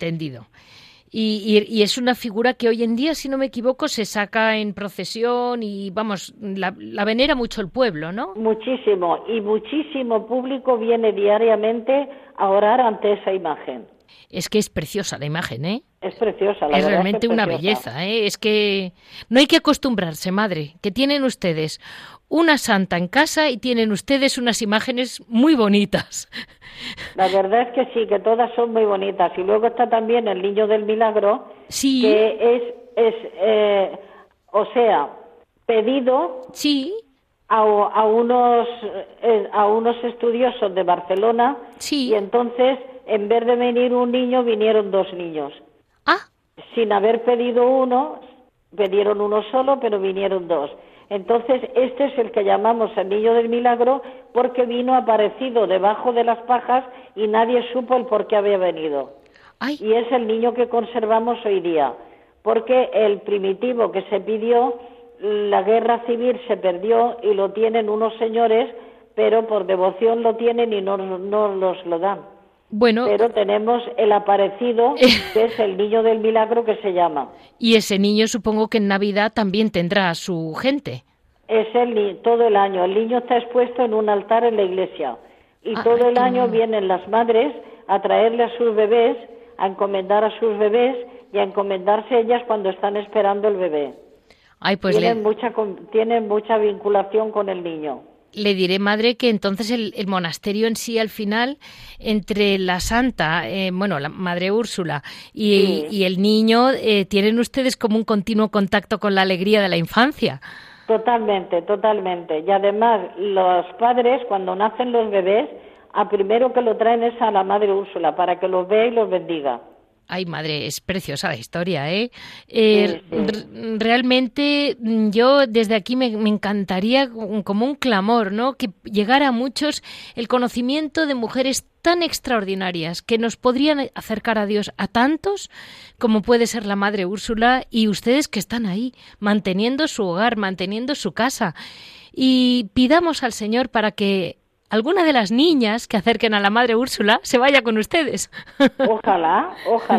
Speaker 2: Y es una figura que hoy en día, si no me equivoco, se saca en procesión y, vamos, la venera mucho el pueblo, ¿no?
Speaker 4: Muchísimo. Y muchísimo público viene diariamente a orar ante esa imagen.
Speaker 2: Es que es preciosa la imagen, ¿eh?
Speaker 4: Es preciosa, la verdad.
Speaker 2: Es realmente
Speaker 4: una
Speaker 2: belleza, ¿eh? Es que no hay que acostumbrarse, madre, que tienen ustedes una santa en casa y tienen ustedes unas imágenes muy bonitas.
Speaker 4: La verdad es que sí, que todas son muy bonitas. Y luego está también el Niño del Milagro, que es pedido a unos estudiosos de Barcelona, y entonces, en vez de venir un niño, vinieron 2 niños. Sin haber pedido uno, pidieron uno solo, pero vinieron 2. Entonces, este es el que llamamos el Niño del Milagro, porque vino aparecido debajo de las pajas y nadie supo el por qué había venido. Y es el niño que conservamos hoy día, porque el primitivo que se pidió, la guerra civil se perdió y lo tienen unos señores, pero por devoción lo tienen y no nos lo dan.
Speaker 2: Bueno,
Speaker 4: pero tenemos el aparecido, que es el Niño del Milagro, que se llama.
Speaker 2: Y ese niño supongo que en Navidad también tendrá a su gente.
Speaker 4: Es todo el año. El niño está expuesto en un altar en la iglesia. Y todo el año vienen las madres a traerle a sus bebés, a encomendar a sus bebés y a encomendarse ellas cuando están esperando el bebé.
Speaker 2: Pues
Speaker 4: tienen mucha vinculación con el niño.
Speaker 2: Le diré, madre, que entonces el monasterio en sí, al final, entre la santa, la madre Úrsula y el niño, tienen ustedes como un continuo contacto con la alegría de la infancia.
Speaker 4: Totalmente. Y además, los padres, cuando nacen los bebés, a primero que lo traen es a la madre Úrsula, para que los vea y los bendiga.
Speaker 2: Ay, madre, es preciosa la historia, ¿eh?
Speaker 4: Sí.
Speaker 2: Realmente yo desde aquí me encantaría, como un clamor, ¿no?, que llegara a muchos el conocimiento de mujeres tan extraordinarias que nos podrían acercar a Dios a tantos como puede ser la madre Úrsula y ustedes que están ahí, manteniendo su hogar, manteniendo su casa. Y pidamos al Señor para que alguna de las niñas que acerquen a la madre Úrsula se vaya con ustedes.
Speaker 4: Ojalá.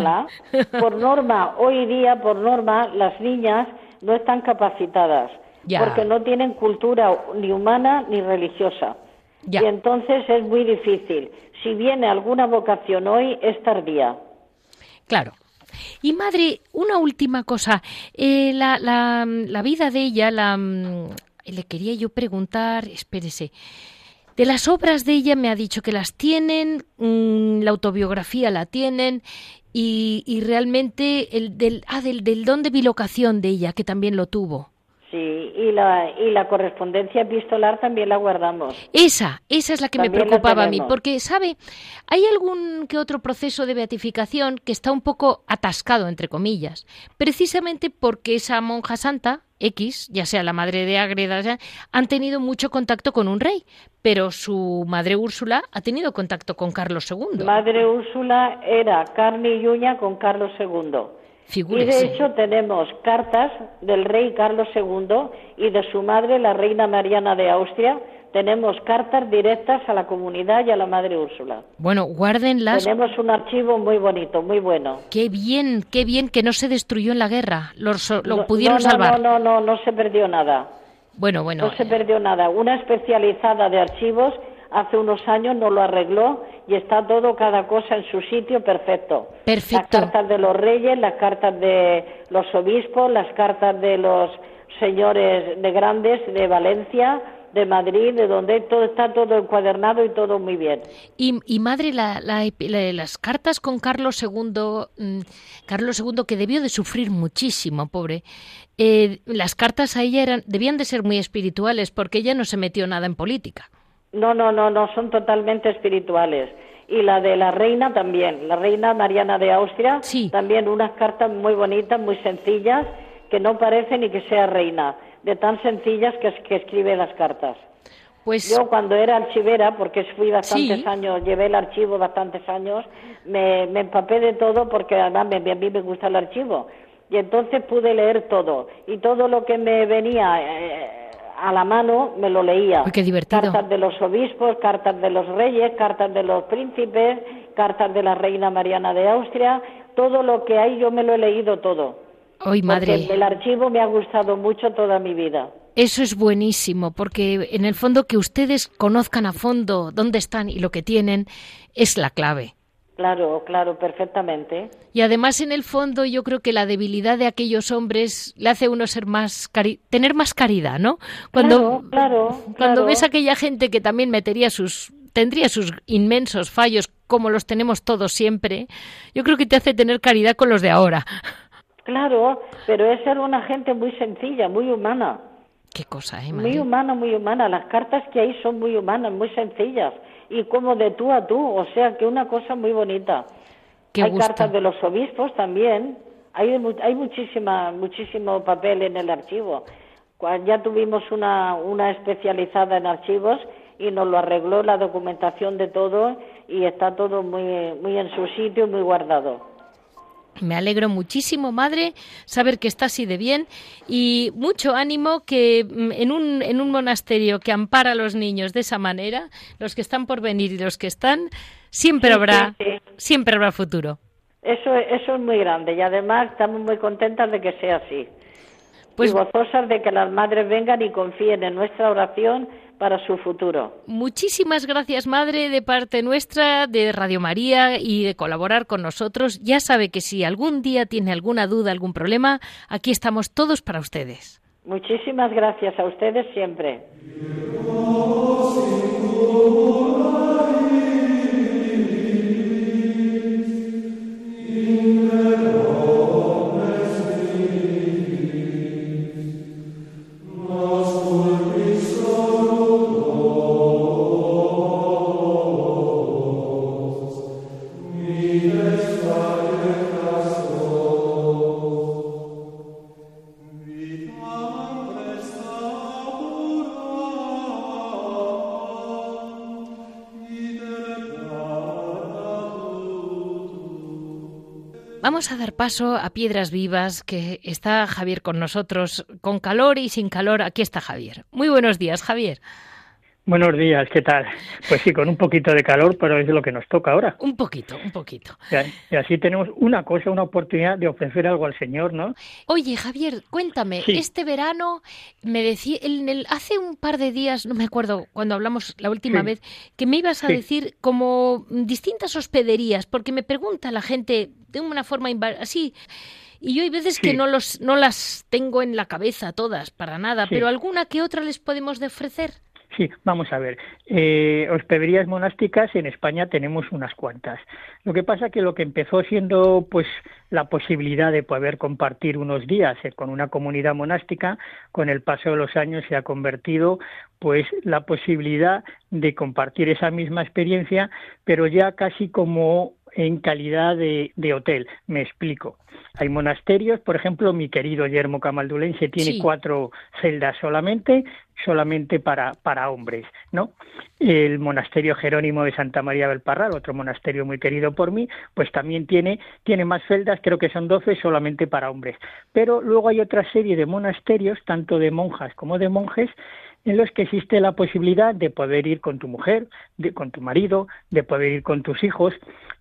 Speaker 4: Hoy día, por norma, las niñas no están capacitadas, porque no tienen cultura ni humana ni religiosa. Y entonces es muy difícil. Si viene alguna vocación hoy, es tardía.
Speaker 2: Claro. Y madre, una última cosa. La vida de ella, le quería yo preguntar, espérese. De las obras de ella me ha dicho que las tienen, la autobiografía la tienen y realmente del don de bilocación de ella, que también lo tuvo.
Speaker 4: Sí, y la correspondencia epistolar también la guardamos.
Speaker 2: Esa es la que también me preocupaba a mí, porque, ¿sabe? Hay algún que otro proceso de beatificación que está un poco atascado, entre comillas, precisamente porque esa monja santa, X, ya sea la madre de Ágreda, han tenido mucho contacto con un rey, pero su madre Úrsula ha tenido contacto con Carlos II.
Speaker 4: Madre Úrsula era carne y uña con Carlos II.
Speaker 2: Figúrese.
Speaker 4: Y de hecho tenemos cartas del rey Carlos II y de su madre, la reina Mariana de Austria, tenemos cartas directas a la comunidad y a la Madre Úrsula.
Speaker 2: Bueno, guárdenlas.
Speaker 4: Tenemos un archivo muy bonito, muy bueno.
Speaker 2: Qué bien que no se destruyó en la guerra. Lo pudieron salvar.
Speaker 4: No se perdió nada.
Speaker 2: Bueno.
Speaker 4: No se perdió nada. Una especializada de archivos hace unos años nos lo arregló y está todo, cada cosa en su sitio perfecto.
Speaker 2: Perfecto.
Speaker 4: Las cartas de los reyes, las cartas de los obispos, las cartas de los señores de grandes de Valencia, de Madrid, de donde todo está todo encuadernado y todo muy bien.
Speaker 2: Y madre, las cartas con Carlos II, que debió de sufrir muchísimo, pobre. Las cartas a ella debían de ser muy espirituales, porque ella no se metió nada en política.
Speaker 4: No, son totalmente espirituales. Y la de la reina también, la reina Mariana de Austria,
Speaker 2: sí.
Speaker 4: También unas cartas muy bonitas, muy sencillas, que no parece ni que sea reina, de tan sencillas que escribe las cartas.
Speaker 2: Pues
Speaker 4: yo cuando era archivera, porque fui bastantes
Speaker 2: sí.
Speaker 4: años, llevé el archivo bastantes años, me empapé de todo, porque además a mí me gusta el archivo, y entonces pude leer todo, y todo lo que me venía a la mano me lo leía.
Speaker 2: Uy, qué divertido.
Speaker 4: Cartas de los obispos, cartas de los reyes, cartas de los príncipes, cartas de la reina Mariana de Austria, todo lo que hay yo me lo he leído todo.
Speaker 2: ¡Ay, madre!
Speaker 4: Porque el archivo me ha gustado mucho toda mi vida.
Speaker 2: Eso es buenísimo, porque en el fondo que ustedes conozcan a fondo dónde están y lo que tienen es la clave.
Speaker 4: Claro, perfectamente.
Speaker 2: Y además, en el fondo, yo creo que la debilidad de aquellos hombres le hace a uno ser tener más caridad, ¿no? Cuando ves a aquella gente que también tendría sus inmensos fallos, como los tenemos todos siempre, yo creo que te hace tener caridad con los de ahora.
Speaker 4: Claro, pero es ser una gente muy sencilla, muy humana.
Speaker 2: Qué cosa, madre?
Speaker 4: Muy humana. Las cartas que hay son muy humanas, muy sencillas. Y como de tú a tú, o sea, que una cosa muy bonita.
Speaker 2: Qué
Speaker 4: hay
Speaker 2: gusto.
Speaker 4: Cartas de los obispos también. Hay muchísimo papel en el archivo. Ya tuvimos una especializada en archivos y nos lo arregló la documentación de todo y está todo muy en su sitio, muy guardado.
Speaker 2: Me alegro muchísimo, madre, saber que está así de bien y mucho ánimo, que en un monasterio que ampara a los niños de esa manera, los que están por venir y los que están, siempre habrá futuro.
Speaker 4: Eso es muy grande y además estamos muy contentas de que sea así.
Speaker 2: Pues,
Speaker 4: y gozosas de que las madres vengan y confíen en nuestra oración para su futuro.
Speaker 2: Muchísimas gracias, madre, de parte nuestra, de Radio María, y de colaborar con nosotros. Ya sabe que si algún día tiene alguna duda, algún problema, aquí estamos todos para ustedes.
Speaker 4: Muchísimas gracias a ustedes siempre.
Speaker 2: Vamos a dar paso a Piedras Vivas, que está Javier con nosotros, con calor y sin calor. Aquí está Javier. Muy buenos días, Javier.
Speaker 5: Buenos días, ¿qué tal? Pues sí, con un poquito de calor, pero es lo que nos toca ahora.
Speaker 2: Un poquito.
Speaker 5: Y así tenemos una oportunidad de ofrecer algo al Señor, ¿no?
Speaker 2: Oye, Javier, cuéntame,
Speaker 5: sí.
Speaker 2: Este verano me decía, hace un par de días, no me acuerdo cuando hablamos la última vez, que me ibas a decir como distintas hospederías, porque me pregunta la gente de una forma así. Y yo hay veces que no las tengo en la cabeza todas, para nada, pero alguna que otra les podemos ofrecer.
Speaker 5: Sí, vamos a ver. Hospederías monásticas en España tenemos unas cuantas. Lo que pasa que lo que empezó siendo pues la posibilidad de poder compartir unos días con una comunidad monástica, con el paso de los años se ha convertido pues la posibilidad de compartir esa misma experiencia, pero ya casi como en calidad de hotel. Me explico. Hay monasterios, por ejemplo, mi querido Yermo Camaldulense tiene 4 celdas solamente para hombres, ¿no? El monasterio Jerónimo de Santa María del Parral, otro monasterio muy querido por mí, pues también tiene más celdas, creo que son 12 solamente para hombres. Pero luego hay otra serie de monasterios, tanto de monjas como de monjes, en los que existe la posibilidad de poder ir con tu mujer, con tu marido, de poder ir con tus hijos,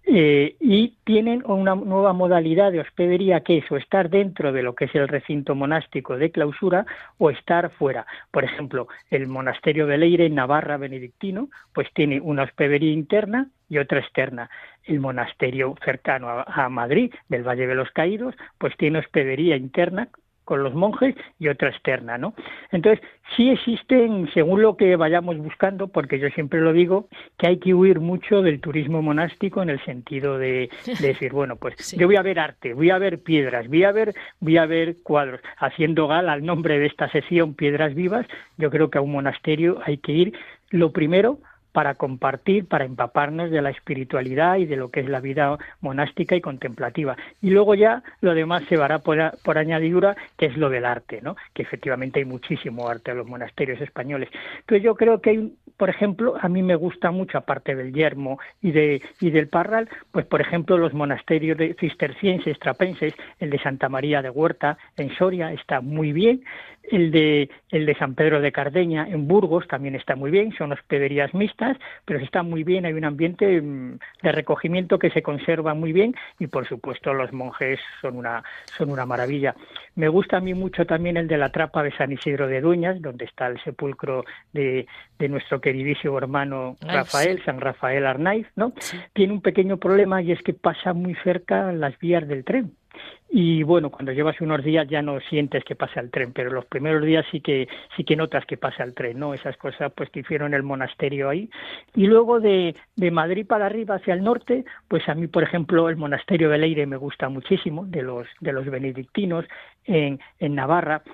Speaker 5: y tienen una nueva modalidad de hospedería, que es o estar dentro de lo que es el recinto monástico de clausura o estar fuera. Por ejemplo, el monasterio de Leire, en Navarra, benedictino, pues tiene una hospedería interna y otra externa. El monasterio cercano a Madrid, del Valle de los Caídos, pues tiene hospedería interna con los monjes y otra externa, ¿no? Entonces, sí existen, según lo que vayamos buscando, porque yo siempre lo digo, que hay que huir mucho del turismo monástico, en el sentido de decir, bueno, pues sí, yo voy a ver arte, voy a ver piedras, voy a ver cuadros, haciendo gala al nombre de esta sesión, Piedras Vivas. Yo creo que a un monasterio hay que ir, lo primero, para compartir, para empaparnos de la espiritualidad y de lo que es la vida monástica y contemplativa. Y luego ya lo demás se hará por añadidura, que es lo del arte, ¿no? Que efectivamente hay muchísimo arte en los monasterios españoles. Entonces yo creo que hay, por ejemplo, a mí me gusta mucho, aparte del Yermo y del Parral, pues por ejemplo los monasterios de cistercienses, trapenses, el de Santa María de Huerta en Soria está muy bien, el de San Pedro de Cardeña en Burgos también está muy bien, son hospederías mixtas, pero está muy bien, hay un ambiente de recogimiento que se conserva muy bien, y por supuesto los monjes son una maravilla. Me gusta a mí mucho también el de la Trapa de San Isidro de Dueñas, donde está el sepulcro de nuestro queridísimo hermano Rafael, sí, San Rafael Arnaiz, ¿no? Sí. Tiene un pequeño problema, y es que pasa muy cerca las vías del tren. Y bueno, cuando llevas unos días ya no sientes que pasa el tren, pero los primeros días sí que notas que pasa el tren, ¿no? Esas cosas pues que hicieron el monasterio ahí. Y luego de Madrid para arriba hacia el norte, pues a mí, por ejemplo, el monasterio de Leire me gusta muchísimo, de los benedictinos en Navarra.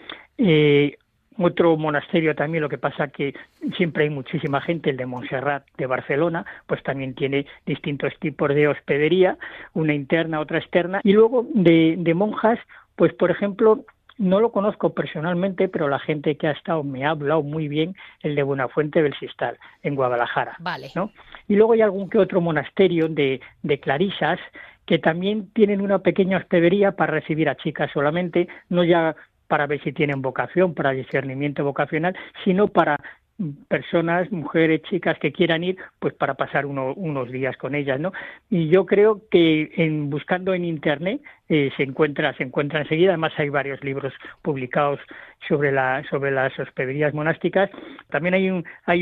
Speaker 5: Otro monasterio también, lo que pasa que siempre hay muchísima gente, el de Montserrat de Barcelona, pues también tiene distintos tipos de hospedería, una interna, otra externa. Y luego de monjas, pues por ejemplo, no lo conozco personalmente, pero la gente que ha estado me ha hablado muy bien, el de Buenafuente del Sistal, en Guadalajara.
Speaker 2: Vale.
Speaker 5: ¿No? Y luego hay algún que otro monasterio de clarisas, que también tienen una pequeña hospedería para recibir a chicas solamente, no ya para ver si tienen vocación, para discernimiento vocacional, sino para personas, mujeres, chicas que quieran ir, pues para pasar unos días con ellas, ¿no? Y yo creo que buscando en internet se encuentra enseguida. Además hay varios libros publicados sobre las hospederías monásticas. También hay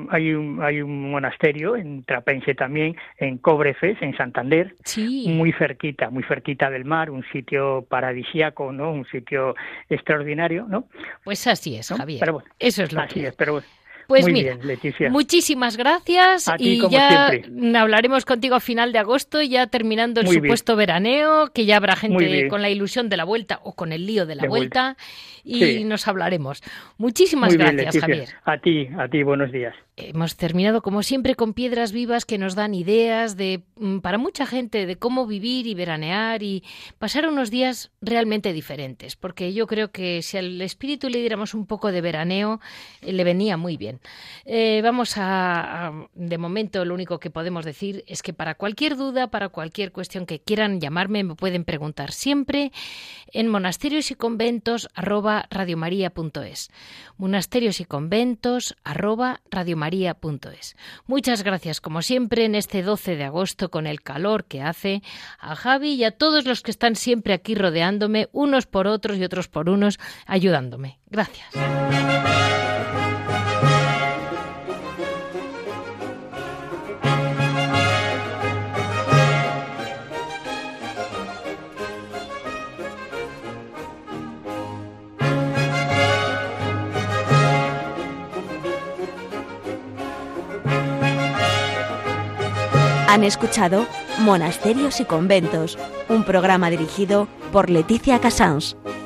Speaker 5: un monasterio en Trapense también, en Cobreces, en Santander, sí, muy cerquita del mar, un sitio paradisíaco, ¿no? Un sitio extraordinario, ¿no?
Speaker 2: Pues así es, ¿no? Javier.
Speaker 5: Pero bueno,
Speaker 2: eso es lo
Speaker 5: así
Speaker 2: que
Speaker 5: es, pero bueno.
Speaker 2: Pues
Speaker 5: muy
Speaker 2: mira,
Speaker 5: bien, Leticia,
Speaker 2: muchísimas gracias,
Speaker 5: a ti,
Speaker 2: y
Speaker 5: como
Speaker 2: ya
Speaker 5: siempre.
Speaker 2: Hablaremos contigo a final de agosto, ya terminando el supuesto veraneo, que ya habrá gente con la ilusión de la vuelta o con el lío de la vuelta, y sí, nos hablaremos. Muchísimas gracias, Javier.
Speaker 5: A ti, buenos días.
Speaker 2: Hemos terminado, como siempre, con Piedras Vivas que nos dan ideas para mucha gente de cómo vivir y veranear y pasar unos días realmente diferentes, porque yo creo que si al espíritu le diéramos un poco de veraneo, le venía muy bien. De momento, lo único que podemos decir es que para cualquier duda, para cualquier cuestión que quieran llamarme, me pueden preguntar siempre en monasteriosyconventos@radiomaria.es. monasteriosyconventos@radiomaria.es. Muchas gracias, como siempre, en este 12 de agosto, con el calor que hace, a Javi y a todos los que están siempre aquí rodeándome, unos por otros y otros por unos, ayudándome. Gracias.
Speaker 1: Han escuchado Monasterios y Conventos, un programa dirigido por Leticia Casans.